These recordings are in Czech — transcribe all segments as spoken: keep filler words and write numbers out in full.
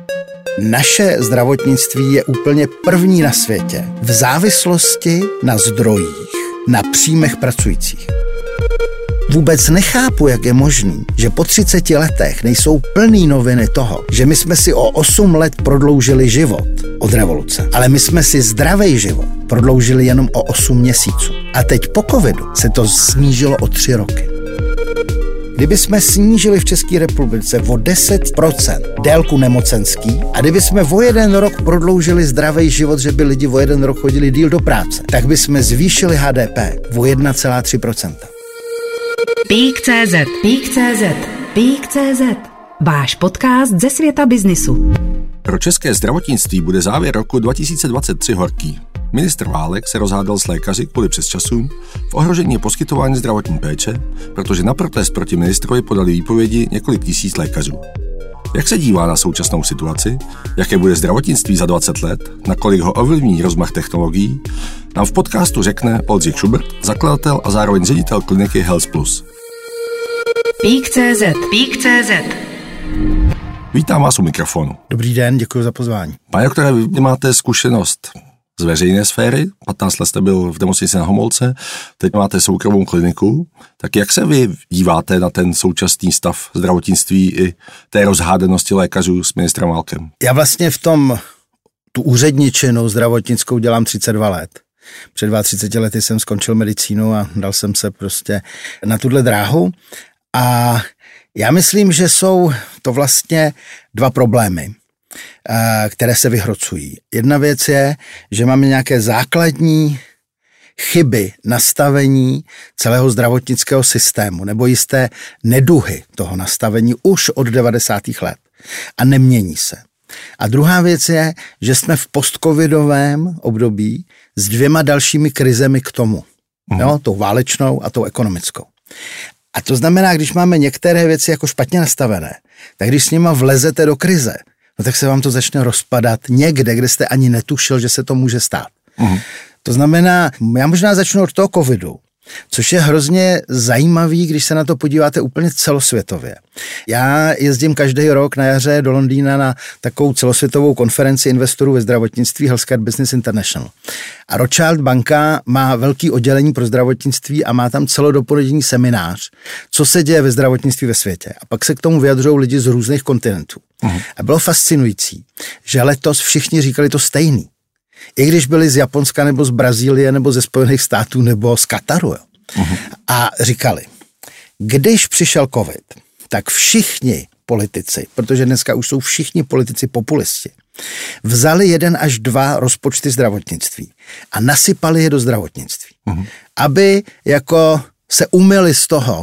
Naše zdravotnictví je úplně první na světě v závislosti na zdrojích, na příjmech pracujících. Vůbec nechápu, jak je možný, že po třiceti letech nejsou plný noviny toho, že my jsme si o osm let prodloužili život od revoluce, ale my jsme si zdravý život prodloužili jenom o osm měsíců. A teď po covidu se to snížilo o tři roky. Kdyby jsme snížili v České republice o deset procent délku nemocenský a kdyby jsme o jeden rok prodloužili zdravý život, že by lidi o jeden rok chodili díl do práce, tak by jsme zvýšili H D P o jedna celá tři procenta. Peak tečka cé zet, Peak tečka cé zet, Peak tečka cé zet, váš podcast ze světa biznisu. Pro české zdravotnictví bude závěr roku dva tisíce dvacet tři horký. Ministr Válek se rozhádal s lékaři kvůli přesčasům, v ohrožení je poskytování zdravotní péče, protože na protest proti ministrovi podali výpovědi několik tisíc lékařů. Jak se dívá na současnou situaci, jaké bude zdravotnictví za dvacet let, nakolik ho ovlivní rozmach technologií, nám v podcastu řekne Oldřich Schubert, zakladatel a zároveň ředitel kliniky Health Plus. Peak tečka cé zet, Peak tečka cé zet. Vítám vás u mikrofonu. Dobrý den, děkuji za pozvání. Pane doktore, vy máte zkušenost z veřejné sféry, patnáct let jste byl v nemocnici na Homolce, teď máte soukromou kliniku, tak jak se vy díváte na ten současný stav zdravotnictví i té rozhádanosti lékařů s ministrem Válkem? Já vlastně v tom tu úředničinu zdravotnickou dělám třicet dva let. Před třiceti dvěma lety jsem skončil medicínu a dal jsem se prostě na tuhle dráhu a já myslím, že jsou to vlastně dva problémy, které se vyhrocují. Jedna věc je, že máme nějaké základní chyby nastavení celého zdravotnického systému nebo jisté neduhy toho nastavení už od devadesátých let a nemění se. A druhá věc je, že jsme v postcovidovém období s dvěma dalšími krizemi k tomu. Mm. Jo, tou válečnou a tou ekonomickou. A to znamená, když máme některé věci jako špatně nastavené, tak když s nima vlezete do krize, no tak se vám to začne rozpadat někde, kde jste ani netušil, že se to může stát. Mm. To znamená, já možná začnu od toho covidu, což je hrozně zajímavý, když se na to podíváte úplně celosvětově. Já jezdím každý rok na jaře do Londýna na takovou celosvětovou konferenci investorů ve zdravotnictví Healthcare Business International. A Rothschild banka má velký oddělení pro zdravotnictví a má tam celodopolední seminář, co se děje ve zdravotnictví ve světě. A pak se k tomu vyjadřují lidi z různých kontinentů. Uhum. A bylo fascinující, že letos všichni říkali to stejný. I když byli z Japonska, nebo z Brazílie, nebo ze Spojených států, nebo z Kataru. Jo. Uh-huh. A říkali, když přišel covid, tak všichni politici, protože dneska už jsou všichni politici populisti, vzali jeden až dva rozpočty zdravotnictví a nasypali je do zdravotnictví. Uh-huh. Aby jako se umyli z toho,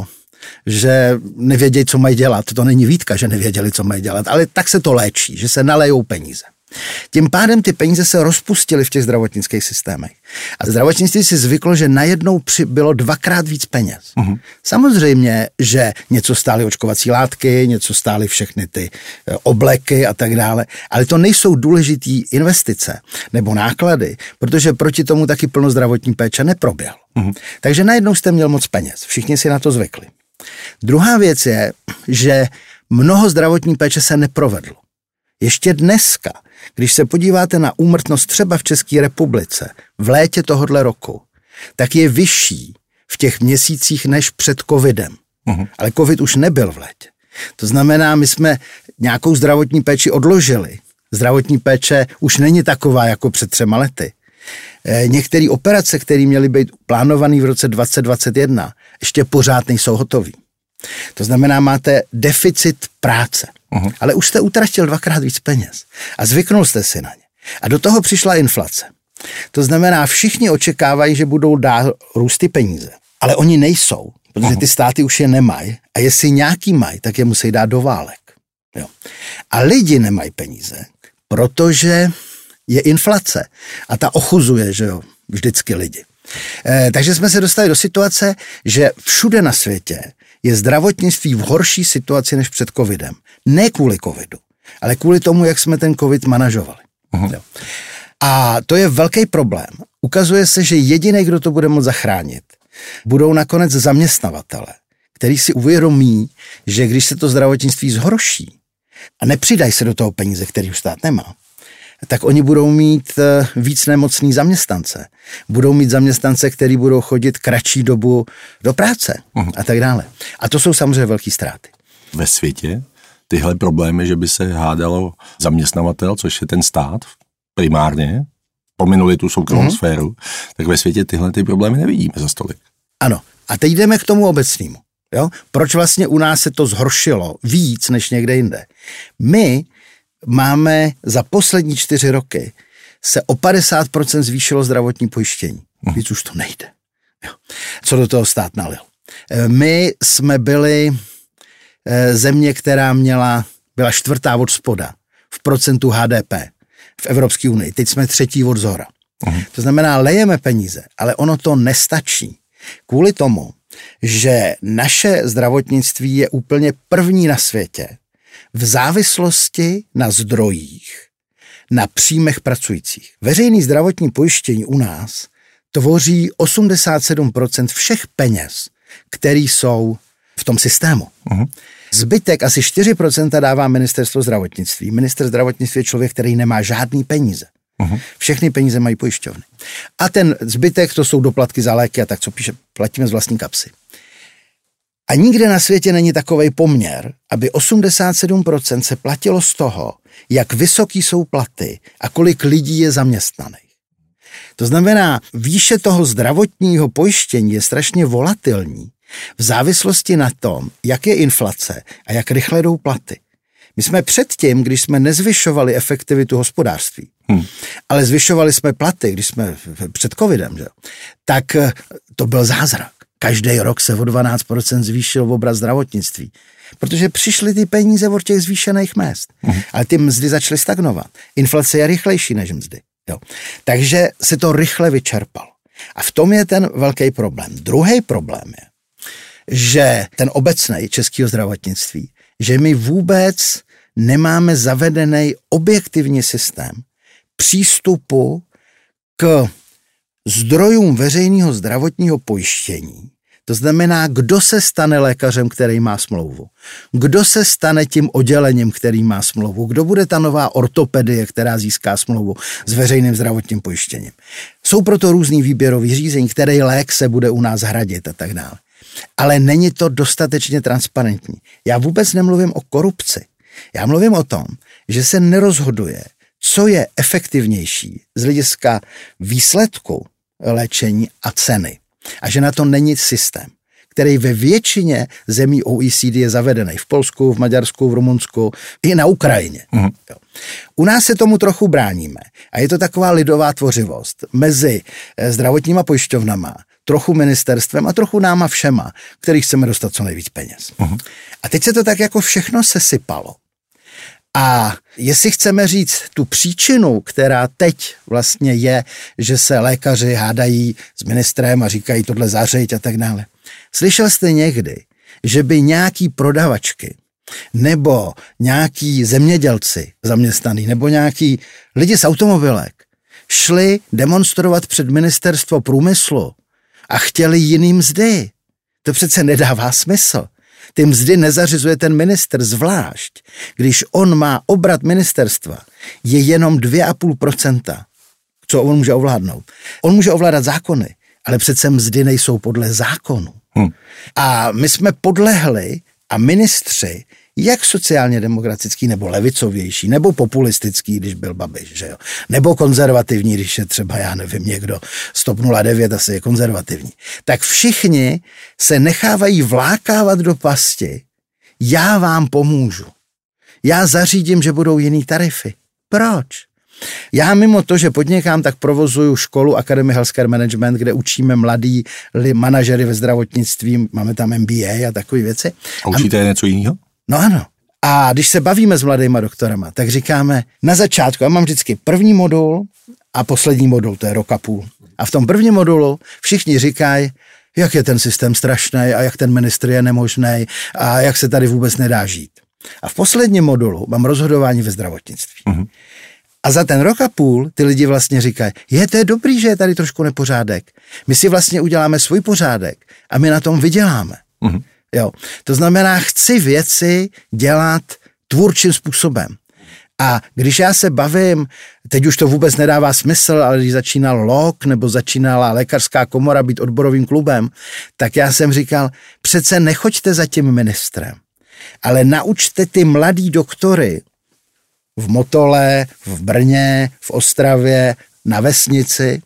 že nevědějí, co mají dělat. To není výtka, že nevěděli, co mají dělat, ale tak se to léčí, že se nalejou peníze. Tím pádem ty peníze se rozpustily v těch zdravotnických systémech. A zdravotnictví si zvyklo, že najednou bylo dvakrát víc peněz. Uh-huh. Samozřejmě, že něco stály očkovací látky, něco stály všechny ty obleky a tak dále, ale to nejsou důležitý investice nebo náklady, protože proti tomu taky plno zdravotní péče neproběhlo. Uh-huh. Takže najednou jste měl moc peněz. Všichni si na to zvykli. Druhá věc je, že mnoho zdravotní péče se neprovedlo. Ještě dneska, když se podíváte na úmrtnost třeba v České republice v létě tohohle roku, tak je vyšší v těch měsících než před covidem. Uh-huh. Ale covid už nebyl v létě. To znamená, my jsme nějakou zdravotní péči odložili. Zdravotní péče už není taková jako před třema lety. E, některé operace, které měly být plánované v roce dvacet dvacet jedna, ještě pořád nejsou hotový. To znamená, máte deficit práce, uh-huh. ale už jste utratil dvakrát víc peněz a zvyknul jste si na ně. A do toho přišla inflace. To znamená, všichni očekávají, že budou dál růst ty peníze, ale oni nejsou, protože ty státy už je nemají a jestli nějaký mají, tak je musí dát do válek. Jo. A lidi nemají peníze, protože je inflace a ta ochuzuje, že jo, vždycky lidi. E, takže jsme se dostali do situace, že všude na světě je zdravotnictví v horší situaci než před covidem. Ne kvůli covidu, ale kvůli tomu, jak jsme ten covid manažovali. Uh-huh. A to je velký problém. Ukazuje se, že jediný, kdo to bude moct zachránit, budou nakonec zaměstnavatele, který si uvědomí, že když se to zdravotnictví zhorší, a nepřidají se do toho peníze, který už stát nemá, tak oni budou mít víc nemocný zaměstnance. Budou mít zaměstnance, který budou chodit kratší dobu do práce uh-huh. a tak dále. A to jsou samozřejmě velké ztráty. Ve světě tyhle problémy, že by se hádalo zaměstnavatel, což je ten stát primárně, pominuli tu soukromou uh-huh. sféru, tak ve světě tyhle ty problémy nevidíme za stolik. Ano. A teď jdeme k tomu obecnému. Jo? Proč vlastně u nás se to zhoršilo víc než někde jinde? My máme za poslední čtyři roky se o padesát procent zvýšilo zdravotní pojištění. Víc už to nejde. Jo. Co do toho stát nalil. My jsme byli země, která měla, byla čtvrtá od spoda v procentu H D P v Evropské unii. Teď jsme třetí od zhora. Uh-huh. To znamená, lejeme peníze, ale ono to nestačí. Kvůli tomu, že naše zdravotnictví je úplně první na světě v závislosti na zdrojích, na příjmech pracujících. Veřejný zdravotní pojištění u nás tvoří osmdesát sedm procent všech peněz, které jsou v tom systému. Uh-huh. Zbytek asi čtyři procenta dává ministerstvo zdravotnictví. Minister zdravotnictví je člověk, který nemá žádný peníze. Uh-huh. Všechny peníze mají pojišťovny. A ten zbytek, to jsou doplatky za léky a tak, co píše, platíme z vlastní kapsy. A nikde na světě není takovej poměr, aby osmdesát sedm procent se platilo z toho, jak vysoký jsou platy a kolik lidí je zaměstnaných. To znamená, výše toho zdravotního pojištění je strašně volatilní v závislosti na tom, jak je inflace a jak rychle jdou platy. My jsme předtím, když jsme nezvyšovali efektivitu hospodářství, hmm. ale zvyšovali jsme platy, když jsme před covidem, že? Tak to byl zázrak. Každý rok se o dvanáct procent zvýšil obrat zdravotnictví, protože přišly ty peníze od těch zvýšených mezd. Hmm. Ale ty mzdy začaly stagnovat. Inflace je rychlejší než mzdy. Jo. Takže se to rychle vyčerpalo. A v tom je ten velký problém. Druhý problém je, že ten obecný českého zdravotnictví, že my vůbec nemáme zavedený objektivní systém přístupu k zdrojům veřejného zdravotního pojištění. To znamená, kdo se stane lékařem, který má smlouvu. Kdo se stane tím oddělením, který má smlouvu. Kdo bude ta nová ortopedie, která získá smlouvu s veřejným zdravotním pojištěním. Jsou proto různý výběrový řízení, který lék se bude u nás hradit a tak dále. Ale není to dostatečně transparentní. Já vůbec nemluvím o korupci. Já mluvím o tom, že se nerozhoduje, co je efektivnější z hlediska výsledku léčení a ceny. A že na to není systém, který ve většině zemí O E C D je zavedený. V Polsku, v Maďarsku, v Rumunsku i na Ukrajině. Mm. U nás se tomu trochu bráníme. A je to taková lidová tvořivost mezi zdravotníma pojišťovnama, trochu ministerstvem a trochu náma všema, kterých chceme dostat co nejvíc peněz. Uh-huh. A teď se to tak jako všechno sesypalo. A jestli chceme říct tu příčinu, která teď vlastně je, že se lékaři hádají s ministrem a říkají tohle zařejť a tak dále. Slyšel jste někdy, že by nějaký prodavačky nebo nějaký zemědělci zaměstnaný nebo nějaký lidi z automobilek šli demonstrovat před ministerstvo průmyslu a chtěli jiný mzdy. To přece nedává smysl. Ty mzdy nezařizuje ten ministr zvlášť, když on má obrat ministerstva, je jenom dvě a půl procenta, co on může ovládnout. On může ovládat zákony, ale přece mzdy nejsou podle zákonu. Hmm. A my jsme podlehli a ministři, jak sociálně demokratický, nebo levicovější, nebo populistický, když byl Babiš, že jo? Nebo konzervativní, když je třeba, já nevím, někdo z TOP nula devět asi je konzervativní. Tak všichni se nechávají vlákávat do pasti. Já vám pomůžu. Já zařídím, že budou jiný tarify. Proč? Já mimo to, že podnikám, tak provozuju školu Academy Healthcare Management, kde učíme mladý manažery ve zdravotnictví, máme tam M B A a takové věci. A učíte a... něco jiného? No ano. A když se bavíme s mladýma doktorama, tak říkáme na začátku, já mám vždycky první modul a poslední modul, to je rok a půl. A v tom prvním modulu všichni říkají, jak je ten systém strašný a jak ten ministr je nemožný a jak se tady vůbec nedá žít. A v posledním modulu mám rozhodování ve zdravotnictví. Uh-huh. A za ten rok a půl ty lidi vlastně říkají, je, to je dobrý, že je tady trošku nepořádek. My si vlastně uděláme svůj pořádek a my na tom vyděláme. Uh-huh. Jo. To znamená, chci věci dělat tvůrčím způsobem. A když já se bavím, teď už to vůbec nedává smysl, ale když začínal L O K nebo začínala lékařská komora být odborovým klubem, tak já jsem říkal, přece nechoďte za tím ministrem, ale naučte ty mladý doktory v Motole, v Brně, v Ostravě, na vesnici,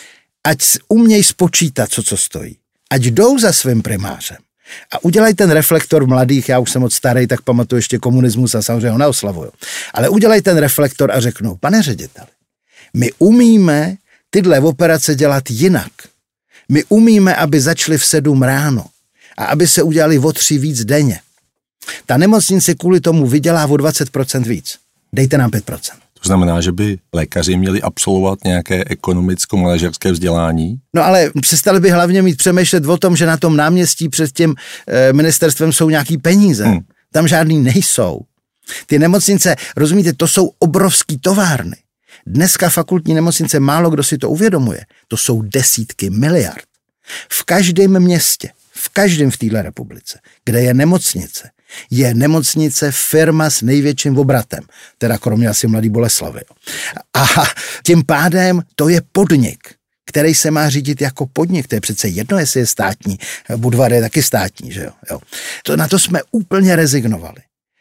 ať umějí spočítat, co co stojí. Ať jdou za svým primářem. A udělej ten reflektor mladých, já už jsem moc starý, tak pamatuju ještě komunismus a samozřejmě ho neoslavuju. Ale udělej ten reflektor a řeknou, pane řediteli, my umíme tyhle operace dělat jinak. My umíme, aby začaly v sedm ráno a aby se udělali o tři víc denně. Ta nemocnice kvůli tomu vydělá o dvacet procent víc. Dejte nám pět procent. To znamená, že by lékaři měli absolvovat nějaké ekonomicko-manažerské vzdělání? No ale přestali by hlavně mít přemýšlet o tom, že na tom náměstí před tím e, ministerstvem jsou nějaký peníze. Hmm. Tam žádný nejsou. Ty nemocnice, rozumíte, to jsou obrovský továrny. Dneska fakultní nemocnice, málo kdo si to uvědomuje, to jsou desítky miliard. V každém městě, v každém v téhle republice, kde je nemocnice, je nemocnice firma s největším obratem, teda kromě asi Mladý Boleslavi. A tím pádem to je podnik, který se má řídit jako podnik. To je přece jedno, jestli je státní. Budvar je taky státní, že jo? jo. To, na to jsme úplně rezignovali.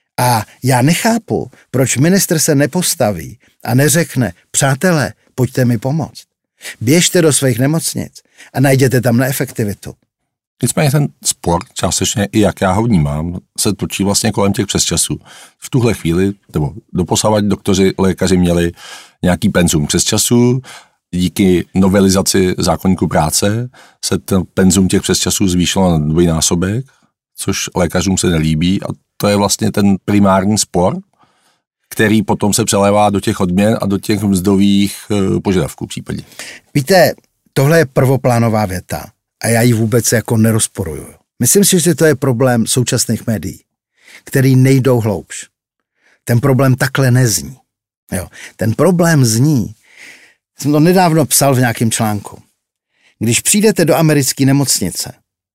A já nechápu, proč ministr se nepostaví a neřekne, přátelé, pojďte mi pomoct. Běžte do svých nemocnic a najděte tam neefektivitu. Nicméně ten spor, částečně i jak já ho vnímám, se točí vlastně kolem těch přesčasů. V tuhle chvíli, nebo doposavad doktoři, lékaři měli nějaký penzum přesčasů, díky novelizaci zákoníku práce se ten penzum těch přesčasů zvýšilo na dvojnásobek, což lékařům se nelíbí a to je vlastně ten primární spor, který potom se přelévá do těch odměn a do těch mzdových požadavků případně. Víte, tohle je prvoplánová věta. A já ji vůbec jako nerozporuju. Myslím si, že to je problém současných médií, který nejdou hloubš. Ten problém takhle nezní. Jo. Ten problém zní, jsem to nedávno psal v nějakém článku. Když přijdete do americké nemocnice,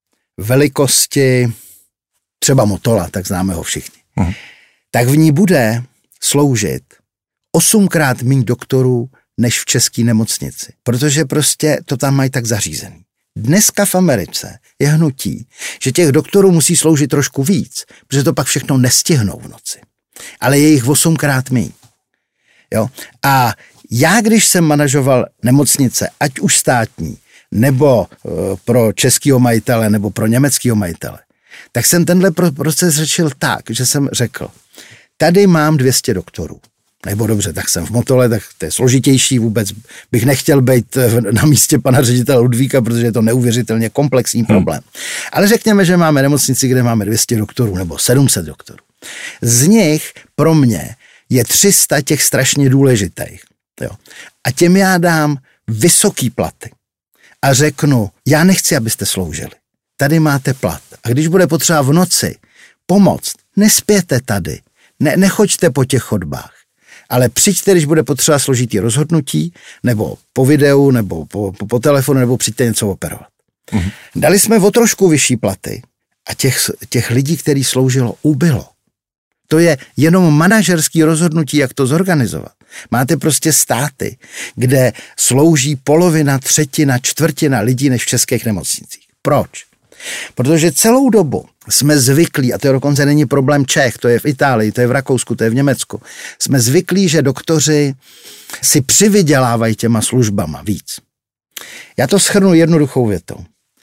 velikosti třeba Motola, tak známe ho všichni, hmm. tak v ní bude sloužit osmkrát méně doktorů než v české nemocnici. Protože prostě to tam mají tak zařízený. Dneska v Americe je hnutí, že těch doktorů musí sloužit trošku víc, protože to pak všechno nestihnou v noci. Ale je jich osmkrát míň. Jo? A já, když jsem manažoval nemocnice, ať už státní, nebo e, pro českýho majitele, nebo pro německýho majitele, tak jsem tenhle proces řešil tak, že jsem řekl, tady mám dvě stě doktorů. Nebo dobře, tak jsem v Motole, tak to je složitější, vůbec bych nechtěl být na místě pana ředitele Ludvíka, protože je to neuvěřitelně komplexní problém. Hmm. Ale řekněme, že máme nemocnici, kde máme dvě stě doktorů nebo sedm set doktorů. Z nich pro mě je tři sta těch strašně důležitých. Jo. A těm já dám vysoký platy. A řeknu, já nechci, abyste sloužili. Tady máte plat. A když bude potřeba v noci pomoct, nespěte tady. Ne, nechoďte po těch chodbách. Ale přijďte, když bude potřeba složitý rozhodnutí, nebo po videu, nebo po, po, po telefonu, nebo přijďte něco operovat. Mm-hmm. Dali jsme o trošku vyšší platy a těch, těch lidí, který sloužilo, ubylo. To je jenom manažerský rozhodnutí, jak to zorganizovat. Máte prostě státy, kde slouží polovina, třetina, čtvrtina lidí než v českých nemocnicích. Proč? Protože celou dobu jsme zvyklí, a to dokonce není problém Čech, to je v Itálii, to je v Rakousku, to je v Německu, jsme zvyklí, že doktoři si přivydělávají těma službama víc. Já to shrnu jednoduchou větou.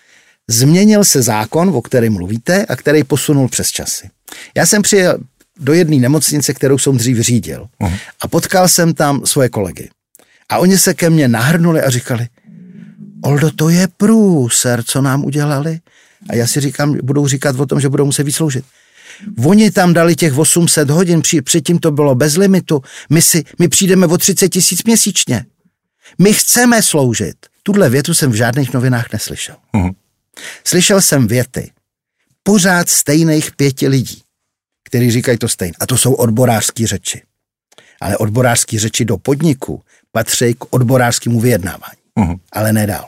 Změnil se zákon, o kterém mluvíte, a který posunul přes časy. Já jsem přijel do jedné nemocnice, kterou jsem dřív řídil, uh-huh. a potkal jsem tam svoje kolegy. A oni se ke mně nahrnuli a říkali, Oldo, to je průser, co nám udělali. A já si říkám, budou říkat o tom, že budou muset vysloužit. Oni tam dali těch osm set hodin, předtím to bylo bez limitu. My, si, my přijdeme o třicet tisíc měsíčně. My chceme sloužit. Tuhle větu jsem v žádných novinách neslyšel. Uh-huh. Slyšel jsem věty pořád stejných pěti lidí, kteří říkají to stejné. A to jsou odborářské řeči. Ale odborářské řeči do podniku patří k odborářskému vyjednávání. Uh-huh. Ale nedál.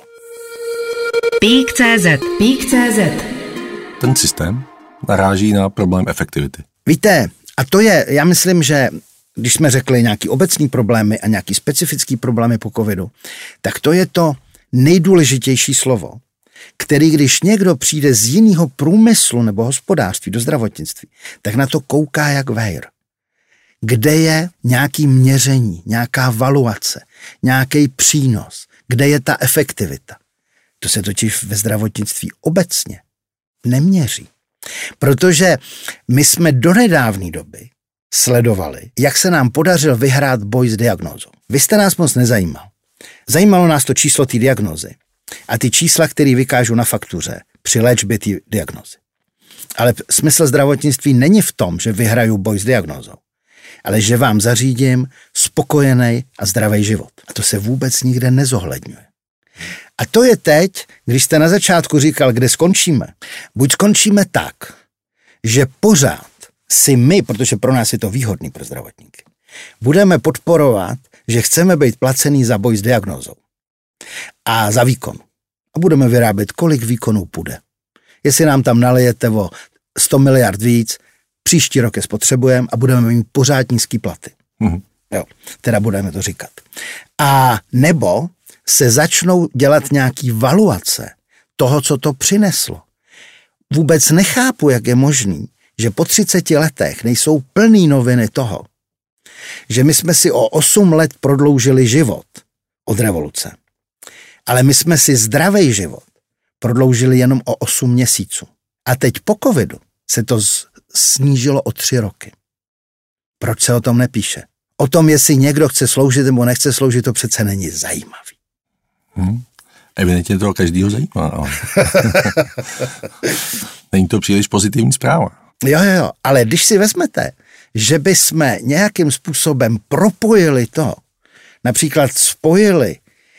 Pík tečka cé zet, Pík tečka cé zet. Ten systém naráží na problém efektivity. Víte, A to je, já myslím, že když jsme řekli nějaký obecný problémy a nějaký specifický problémy po covidu, tak to je to nejdůležitější slovo, který když někdo přijde z jiného průmyslu nebo hospodářství do zdravotnictví, tak na to kouká jak vejr. Kde je nějaký měření, nějaká valuace, nějaký přínos, kde je ta efektivita. To se totiž ve zdravotnictví obecně neměří. Protože my jsme do nedávné doby sledovali, jak se nám podařilo vyhrát boj s diagnózou. Vy jste nás moc nezajímal. Zajímalo nás to číslo té diagnózy a ty čísla, které vykážu na faktuře při léčbě té diagnózy. Ale smysl zdravotnictví není v tom, že vyhraju boj s diagnózou, ale že vám zařídím spokojený a zdravý život. A to se vůbec nikde nezohledňuje. A to je teď, když jste na začátku říkal, kde skončíme. Buď skončíme tak, že pořád si my, protože pro nás je to výhodný pro zdravotníky, budeme podporovat, že chceme být placený za boj s diagnózou a za výkon. A budeme vyrábět, kolik výkonů půjde. Jestli nám tam nalijete o sto miliard víc, příští rok je spotřebujeme a budeme mít pořád nízký platy. Mm-hmm. Jo, teda budeme to říkat. A nebo se začnou dělat nějaký valuace toho, co to přineslo. Vůbec nechápu, jak je možný, že po třiceti letech nejsou plný noviny toho, že my jsme si o osm let prodloužili život od revoluce. Ale my jsme si zdravý život prodloužili jenom o osm měsíců. A teď po covidu se to z, snížilo o tři roky. Proč se o tom nepíše? O tom, jestli někdo chce sloužit nebo nechce sloužit, to přece není zajímavý. Hmm. Evidentně to každýho zajímá. Ale... není to příliš pozitivní zpráva. Jo, jo, jo, ale když si vezmete, že by jsme nějakým způsobem propojili to, například spojili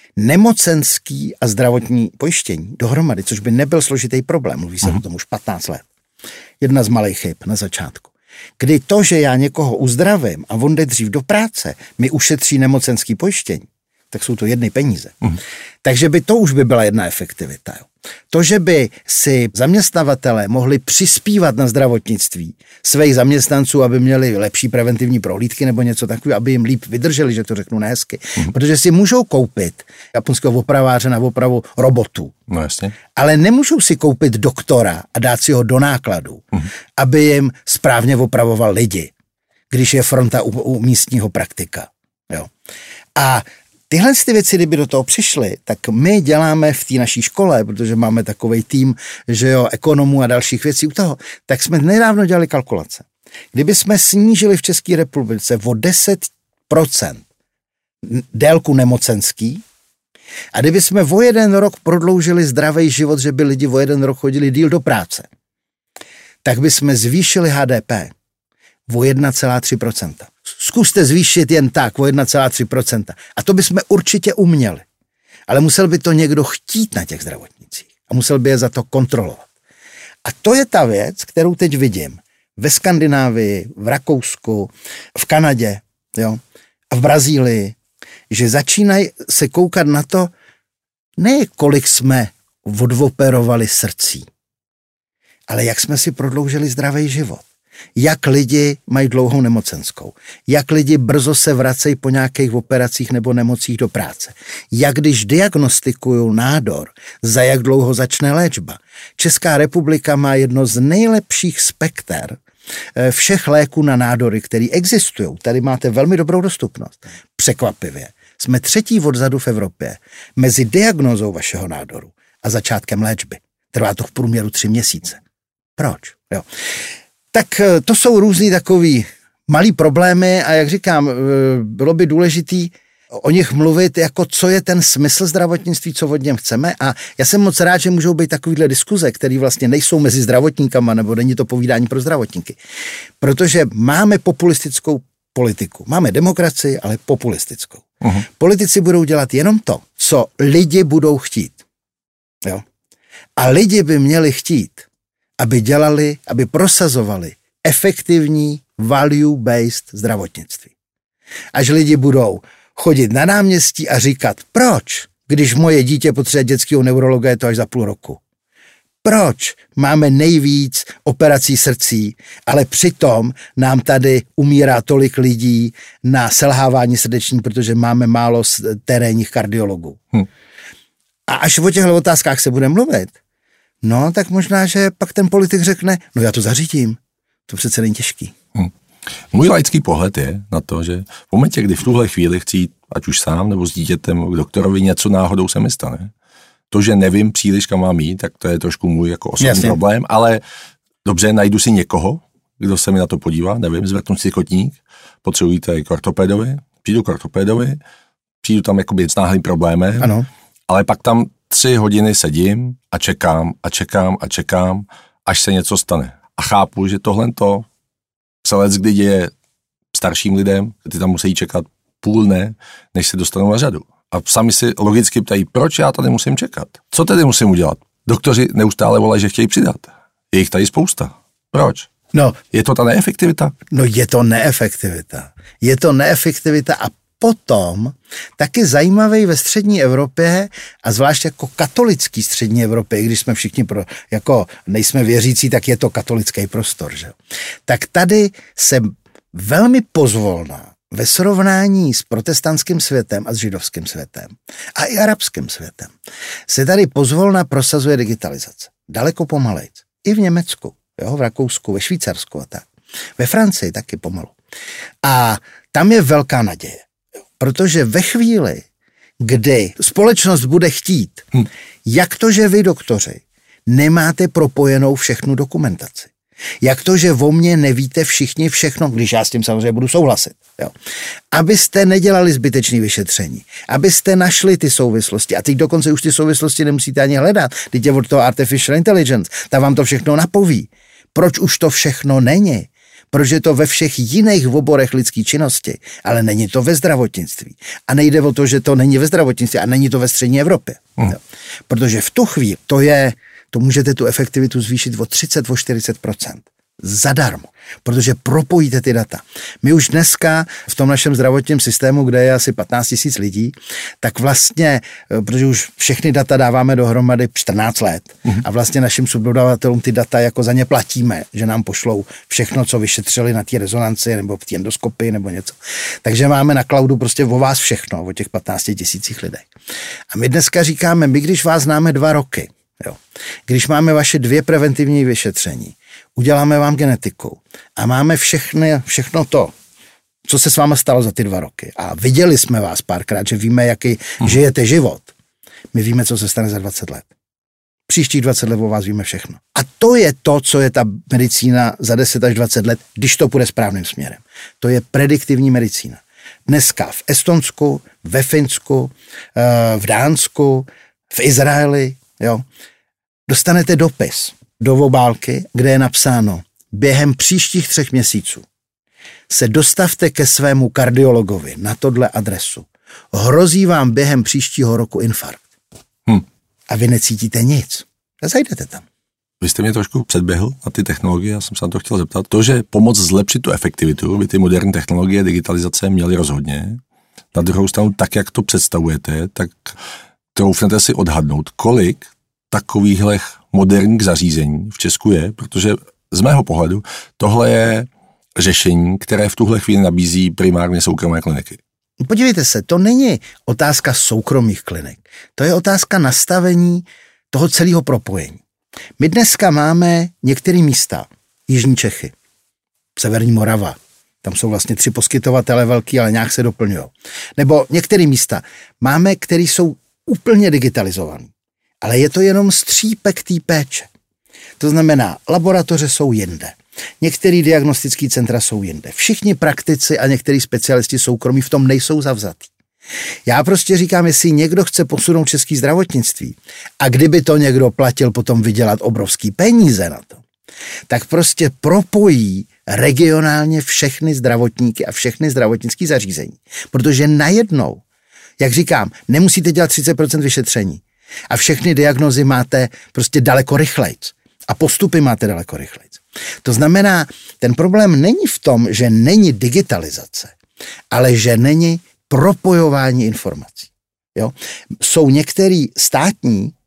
nemocenský a zdravotní pojištění dohromady, což by nebyl složitý problém, mluví se uh-huh. o tom už patnáct let. Jedna z malých chyb na začátku. Kdy to, že já někoho uzdravím a on jde dřív do práce, mi ušetří nemocenský pojištění, tak jsou to jedny peníze. Uh-huh. Takže by to už by byla jedna efektivita. Jo. To, že by si zaměstnavatelé mohli přispívat na zdravotnictví svých zaměstnanců, aby měli lepší preventivní prohlídky nebo něco takového, aby jim líp vydrželi, že to řeknu nehezky. Mm. Protože si můžou koupit japonského opraváře na opravu robotů. No jasně. Ale nemůžou si koupit doktora a dát si ho do nákladů, mm. aby jim správně opravoval lidi, když je fronta u, u místního praktika. Jo. A tyhle ty věci, kdyby do toho přišly, tak my děláme v té naší škole, protože máme takovej tým, že jo, ekonomů a dalších věcí u toho, tak jsme nedávno dělali kalkulace. Kdyby jsme snížili v České republice o deset procent délku nemocenský a kdyby jsme o jeden rok prodloužili zdravý život, že by lidi o jeden rok chodili díl do práce, tak by jsme zvýšili H D P o jedna celá tři procenta. Zkuste zvýšit jen tak o jedna celá tři procenta. A to bychom určitě uměli. Ale musel by to někdo chtít na těch zdravotnicích. A musel by je za to kontrolovat. A to je ta věc, kterou teď vidím ve Skandinávii, v Rakousku, v Kanadě, jo, a v Brazílii, že začínají se koukat na to, ne kolik jsme odoperovali srdcí, ale jak jsme si prodloužili zdravý život. Jak lidi mají dlouhou nemocenskou, jak lidi brzo se vracejí po nějakých operacích nebo nemocích do práce, jak když diagnostikují nádor, za jak dlouho začne léčba. Česká republika má jedno z nejlepších spekter všech léků na nádory, které existují. Tady máte velmi dobrou dostupnost. Překvapivě. Jsme třetí odzadu v Evropě mezi diagnózou vašeho nádoru a začátkem léčby. Trvá to v průměru tři měsíce. Proč? Jo. Tak to jsou různý takový malý problémy a jak říkám, bylo by důležitý o nich mluvit, jako co je ten smysl zdravotnictví, co od něm chceme a já jsem moc rád, že můžou být takovýhle diskuze, které vlastně nejsou mezi zdravotníkama, nebo není to povídání pro zdravotníky, protože máme populistickou politiku. Máme demokracii, ale populistickou. Uh-huh. Politici budou dělat jenom to, co lidi budou chtít. Jo? A lidi by měli chtít, aby dělali, aby prosazovali efektivní value-based zdravotnictví. Až lidi budou chodit na náměstí a říkat, proč, když moje dítě potřebuje dětského neurologa, je to až za půl roku. Proč máme nejvíc operací srdcí, ale přitom nám tady umírá tolik lidí na selhávání srdeční, protože máme málo terénních kardiologů. Hm. A až o těchto otázkách se bude mluvit, no tak možná, že pak ten politik řekne, no já to zařídím. To přece není těžký. Hm. Můj laický pohled je na to, že v momentě, kdy v tuhle chvíli chci jít, ať už sám nebo s dítětem k doktorovi, něco náhodou se mi stane. To, že nevím příliš, kam mám jít, tak to je trošku můj jako osobní Jasně. problém, ale dobře, najdu si někoho, kdo se mi na to podívá, nevím, zvrtnu si kotník, potřebujete k ortopedovi, přijdu k ortopedovi, přijdu tam jakoby s náhlým problémem, ano. ale pak tam tři hodiny sedím a čekám a čekám a čekám, až se něco stane. A chápu, že tohle to se leckdy děje starším lidem, ty tam musí čekat půl dne, než se dostanou na řadu. A sami si logicky ptají, proč já tady musím čekat? Co tedy musím udělat? Doktoři neustále volají, že chtějí přidat. Je jich tady spousta. Proč? No, je to ta neefektivita? No je to neefektivita. Je to neefektivita a potom taky zajímavý ve střední Evropě a zvlášť jako katolický střední Evropě, když jsme všichni pro, jako nejsme věřící, tak je to katolický prostor, že? Tak tady se velmi pozvolná ve srovnání s protestantským světem a s židovským světem a i arabským světem se tady pozvolna prosazuje digitalizace. Daleko pomalejc. I v Německu, jo, v Rakousku, ve Švýcarsku a tak. Ve Francii taky pomalu. A tam je velká naděje. Protože ve chvíli, kdy společnost bude chtít, hm. jak to, že vy, doktoři, nemáte propojenou všechnu dokumentaci, jak to, že o mně nevíte všichni všechno, když já s tím samozřejmě budu souhlasit, jo. Abyste nedělali zbytečné vyšetření, abyste našli ty souvislosti a teď dokonce už ty souvislosti nemusíte ani hledat, teď je od toho artificial intelligence, ta vám to všechno napoví. Proč už to všechno není? Protože je to ve všech jiných oborech lidské činnosti, ale není to ve zdravotnictví. A nejde o to, že to není ve zdravotnictví a není to ve střední Evropě. Hmm. Protože v tu chvíli to je, to můžete tu efektivitu zvýšit o třicet až čtyřicet procent. Zadarmo, protože propojíte ty data. My už dneska v tom našem zdravotním systému, kde je asi patnáct tisíc lidí, tak vlastně, protože už všechny data dáváme dohromady čtrnáct let mm-hmm. a vlastně našim subdodavatelům ty data jako za ně platíme, že nám pošlou všechno, co vyšetřili na té rezonanci nebo v té endoskopii nebo něco. Takže máme na cloudu prostě o vás všechno, o těch patnácti tisících lidech. A my dneska říkáme, my když vás známe dva roky, jo, když máme vaše dvě preventivní vyšetření, uděláme vám genetiku a máme všechny, všechno to, co se s váma stalo za ty dva roky. A viděli jsme vás párkrát, že víme, jaký hmm. žijete život. My víme, co se stane za dvacet let. Příští dvacet let o vás víme všechno. A to je to, co je ta medicína za deset až dvacet let, když to půjde správným směrem. To je prediktivní medicína. Dneska v Estonsku, ve Finsku, v Dánsku, v Izraeli, jo, dostanete dopis do obálky, kde je napsáno, během příštích třech měsíců se dostavte ke svému kardiologovi na tohle adresu. Hrozí vám během příštího roku infarkt. Hm. A vy necítíte nic. A zajdete tam. Vy jste mě trošku předběhl na ty technologie, já jsem se na to chtěl zeptat. To, že pomoct zlepšit tu efektivitu, by ty moderní technologie digitalizace měly rozhodně. Na druhou stranu, tak jak to představujete, tak troufnete si odhadnout, kolik takovýchhle moderních zařízení v Česku je, protože z mého pohledu tohle je řešení, které v tuhle chvíli nabízí primárně soukromé kliniky. Podívejte se, to není otázka soukromých klinik. To je otázka nastavení toho celého propojení. My dneska máme některé místa, Jižní Čechy, Severní Morava, tam jsou vlastně tři poskytovatele velký, ale nějak se doplňují. Nebo některé místa máme, které jsou úplně digitalizované. Ale je to jenom střípek té péče. To znamená, laboratoře jsou jinde. Některé diagnostické centra jsou jinde. Všichni praktici a některý specialisti soukromí v tom nejsou zavzatí. Já prostě říkám, jestli někdo chce posunout české zdravotnictví a kdyby to někdo platil potom vydělat obrovský peníze na to, tak prostě propojí regionálně všechny zdravotníky a všechny zdravotnické zařízení. Protože najednou, jak říkám, nemusíte dělat třicet procent vyšetření, a všechny diagnózy máte prostě daleko rychlejc. A postupy máte daleko rychlejc. To znamená, ten problém není v tom, že není digitalizace, ale že není propojování informací. Jo? Jsou některé státní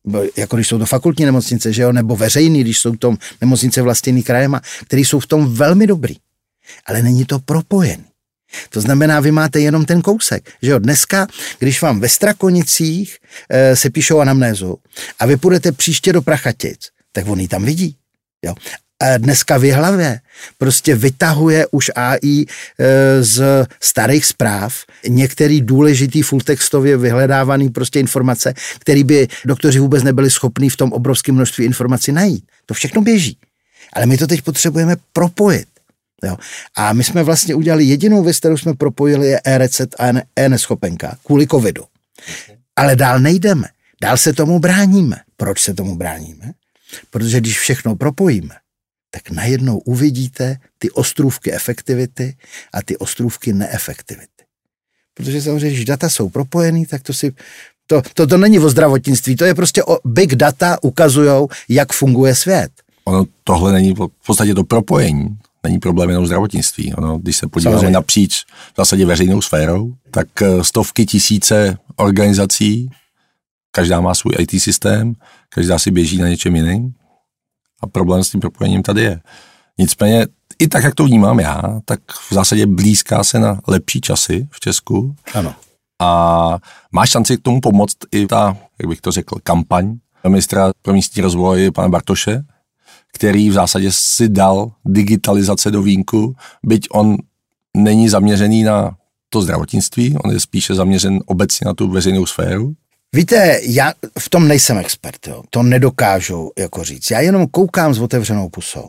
jako když jsou to fakultní nemocnice, že jo, nebo veřejný, když jsou to nemocnice vlastněný krajema, které jsou v tom velmi dobrý. Ale není to propojený. To znamená, vy máte jenom ten kousek, že jo, dneska, když vám ve Strakonicích e, se píšou anamnézu a vy půjdete příště do Prachatic, tak on ji tam vidí, jo. A dneska v Jihlavě prostě vytahuje už á í e, z starých zpráv některý důležitý fulltextově vyhledávaný prostě informace, který by doktoři vůbec nebyli schopní v tom obrovském množství informací najít. To všechno běží. Ale my to teď potřebujeme propojit. Jo. A my jsme vlastně udělali jedinou věc, kterou jsme propojili, je e-recept a e-neschopenka kvůli covidu. Ale dál nejdeme. Dál se tomu bráníme. Proč se tomu bráníme? Protože když všechno propojíme, tak najednou uvidíte ty ostrůvky efektivity a ty ostrůvky neefektivity. Protože samozřejmě, když data jsou propojený, tak to si... To, to, to není o zdravotnictví, to je prostě o big data ukazujou, jak funguje svět. Ono tohle není v podstatě to propojení. Není problém jenom zdravotnictví. Ono, když se podíváme samozřejmě napříč v zásadě veřejnou sférou, tak stovky tisíce organizací, každá má svůj í té systém, každá si běží na něčem jiným a problém s tím propojením tady je. Nicméně, i tak, jak to vnímám já, tak v zásadě blízká se na lepší časy v Česku. Ano. A máš šanci k tomu pomoct i ta, jak bych to řekl, kampaň ministra pro místní rozvoj pana Bartoše, který v zásadě si dal digitalizace do vínku, byť on není zaměřený na to zdravotnictví, on je spíše zaměřen obecně na tu veřejnou sféru. Víte, já v tom nejsem expert, jo. To nedokážu jako říct. Já jenom koukám s otevřenou pusou,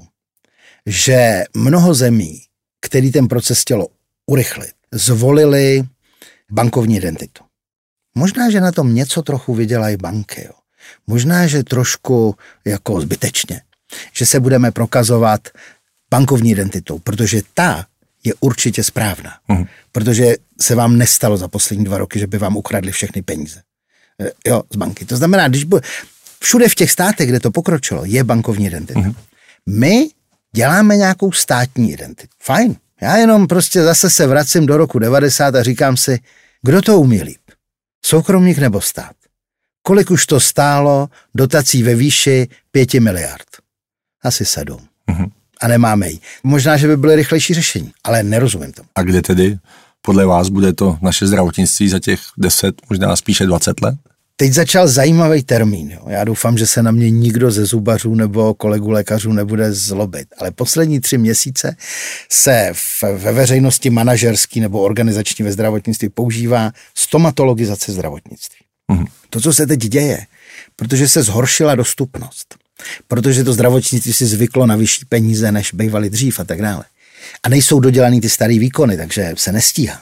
že mnoho zemí, který ten proces chtělo urychlit, zvolili bankovní identitu. Možná, že na tom něco trochu vydělají banky, jo. Možná, že trošku jako zbytečně, že se budeme prokazovat bankovní identitou, protože ta je určitě správná. Mm. Protože se vám nestalo za poslední dva roky, že by vám ukradli všechny peníze. Jo, z banky. To znamená, když bu- všude v těch státech, kde to pokročilo, je bankovní identita. Mm. My děláme nějakou státní identitu. Fajn. Já jenom prostě zase se vracím do roku devadesát a říkám si, kdo to umí líp? Soukromník nebo stát? Kolik už to stálo dotací ve výši pěti miliard? Asi sedm. Mm-hmm. A nemáme ji. Možná, že by byly rychlejší řešení, ale nerozumím tomu. A kde tedy podle vás bude to naše zdravotnictví za těch deset, možná spíše dvacet let? Teď začal zajímavý termín. Jo. Já doufám, že se na mě nikdo ze zubařů nebo kolegů lékařů nebude zlobit. Ale poslední tři měsíce se v, ve veřejnosti manažerský nebo organizační ve zdravotnictví používá stomatologizace zdravotnictví. Mm-hmm. To, co se teď děje, protože se zhoršila dostupnost, protože to zdravotnictví si zvyklo na vyšší peníze, než bývaly dřív a tak dále. A nejsou dodělaný ty starý výkony, takže se nestíhá.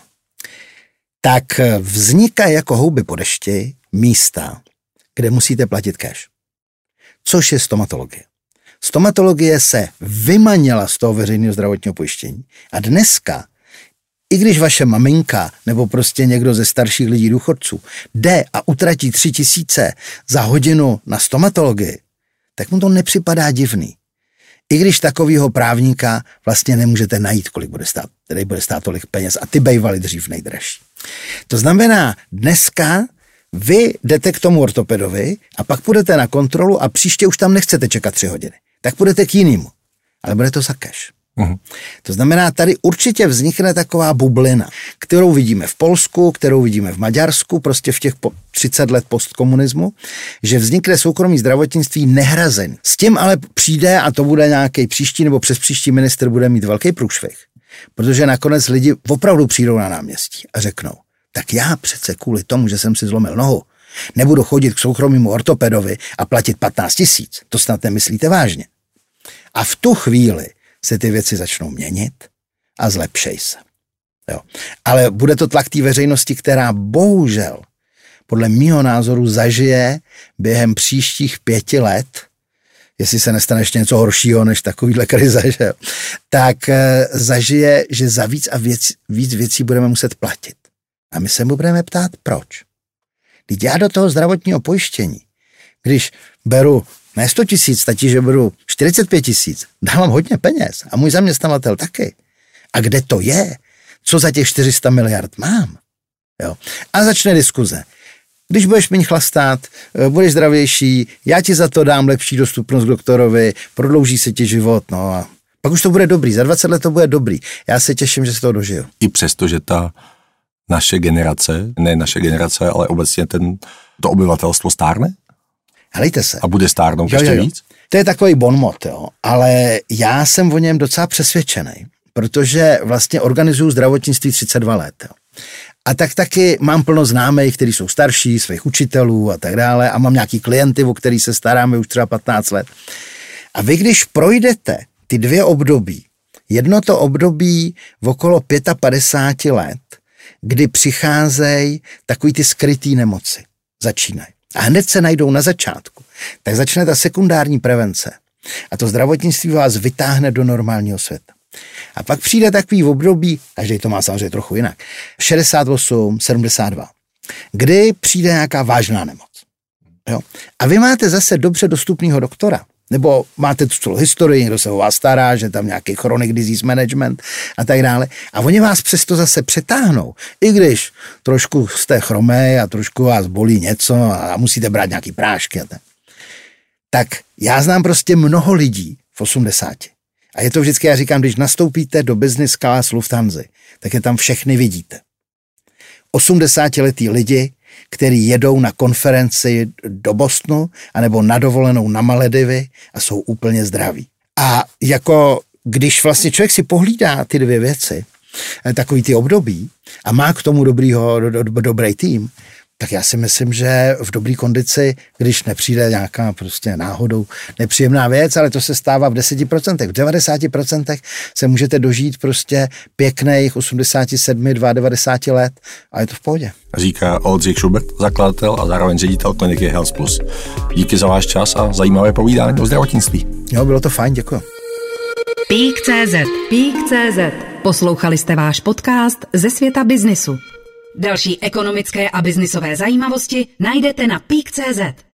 Tak vzniká jako houby po dešti místa, kde musíte platit cash. Což je stomatologie. Stomatologie se vymanila z toho veřejného zdravotního pojištění a dneska, i když vaše maminka nebo prostě někdo ze starších lidí důchodců jde a utratí tři tisíce za hodinu na stomatologii, tak mu to nepřipadá divný. I když takovýho právníka vlastně nemůžete najít, kolik bude stát, tedy bude stát tolik peněz a ty bejvaly dřív nejdražší. To znamená, dneska vy jdete k tomu ortopedovi a pak půjdete na kontrolu a příště už tam nechcete čekat tři hodiny. Tak půjdete k jinému, ale bude to za cash. Uhum. To znamená, tady určitě vznikne taková bublina, kterou vidíme v Polsku, kterou vidíme v Maďarsku, prostě v těch třicet let postkomunismu, že vznikne soukromý zdravotnictví nehrazený. S tím ale přijde, a to bude nějaký příští nebo přes příští ministr bude mít velký průšvih, protože nakonec lidi opravdu přijdou na náměstí a řeknou, tak já přece kvůli tomu, že jsem si zlomil nohu, nebudu chodit k soukromému ortopedovi a platit patnáct tisíc. To snad nemyslíte vážně. A v tu chvíli se ty věci začnou měnit a zlepšej se. Jo. Ale bude to tlak té veřejnosti, která bohužel podle mýho názoru zažije během příštích pěti let, jestli se nestane ještě něco horšího než takovýhle krize, že? tak e, zažije, že za víc a věc, víc věcí budeme muset platit. A my se mu budeme ptát, proč. Když já do toho zdravotního pojištění, když beru ne sto tisíc, stačí, že beru čtyřicet pět tisíc, dávám hodně peněz a můj zaměstnavatel taky. A kde to je? Co za těch čtyři sta miliard mám? Jo. A začne diskuze. Když budeš méně chlastat, budeš zdravější, já ti za to dám lepší dostupnost k doktorovi, prodlouží se ti život, no a pak už to bude dobrý, za dvacet let to bude dobrý. Já se těším, že se toho dožiju. I přesto, že ta naše generace, ne naše generace, ale obecně ten, to obyvatelstvo stárne? Helejte se. A bude stárnout jo, ještě jo, jo. víc? To je takový bonmot, jo, ale já jsem o něm docela přesvědčený, protože vlastně organizuju zdravotnictví třicet dva let, jo. A tak taky mám plno známých, kteří jsou starší, svých učitelů a tak dále a mám nějaký klienty, o který se staráme už třeba patnáct let. A vy, když projdete ty dvě období, jedno to období v okolo padesát pět let, kdy přicházejí takový ty skrytý nemoci, začínají. A hned se najdou na začátku. Tak začne ta sekundární prevence. A to zdravotnictví vás vytáhne do normálního světa. A pak přijde takový období, každý to má samozřejmě trochu jinak, šedesát osm, sedmdesát dva, kdy přijde nějaká vážná nemoc. Jo? A vy máte zase dobře dostupného doktora, nebo máte tu celou historii, někdo se o vás stará, že tam nějaký chronic disease management a tak dále. A oni vás přesto zase přetáhnou, i když trošku jste chromej a trošku vás bolí něco a musíte brát nějaký prášky a tak. Tak já znám prostě mnoho lidí v osmdesáti. A je to vždycky, já říkám, když nastoupíte do business class Lufthansa, tak je tam všechny vidíte. osmdesátiletí lidi, kteří jedou na konferenci do Bostonu anebo na dovolenou na Maledivy a jsou úplně zdraví. A jako když vlastně člověk si pohlídá ty dvě věci, takový ty období a má k tomu dobrýho, do, do, dobrý tým, tak já si myslím, že v dobré kondici, když nepřijde nějaká prostě náhodou nepříjemná věc, ale to se stává v deseti procentech, v devadesáti procentech se můžete dožít prostě pěkných osmdesát sedm, devadesát dva let a je to v pohodě. Říká Oldřich Schubert, zakladatel a zároveň ředitel kliniky Health Plus. Díky za váš čas a zajímavé povídání o zdravotnictví. Jo, bylo to fajn, děkuji. Peak tečka cé zet Peak tečka cé zet. Poslouchali jste váš podcast ze světa biznisu. Další ekonomické a biznisové zajímavosti najdete na Peak tečka cé zet.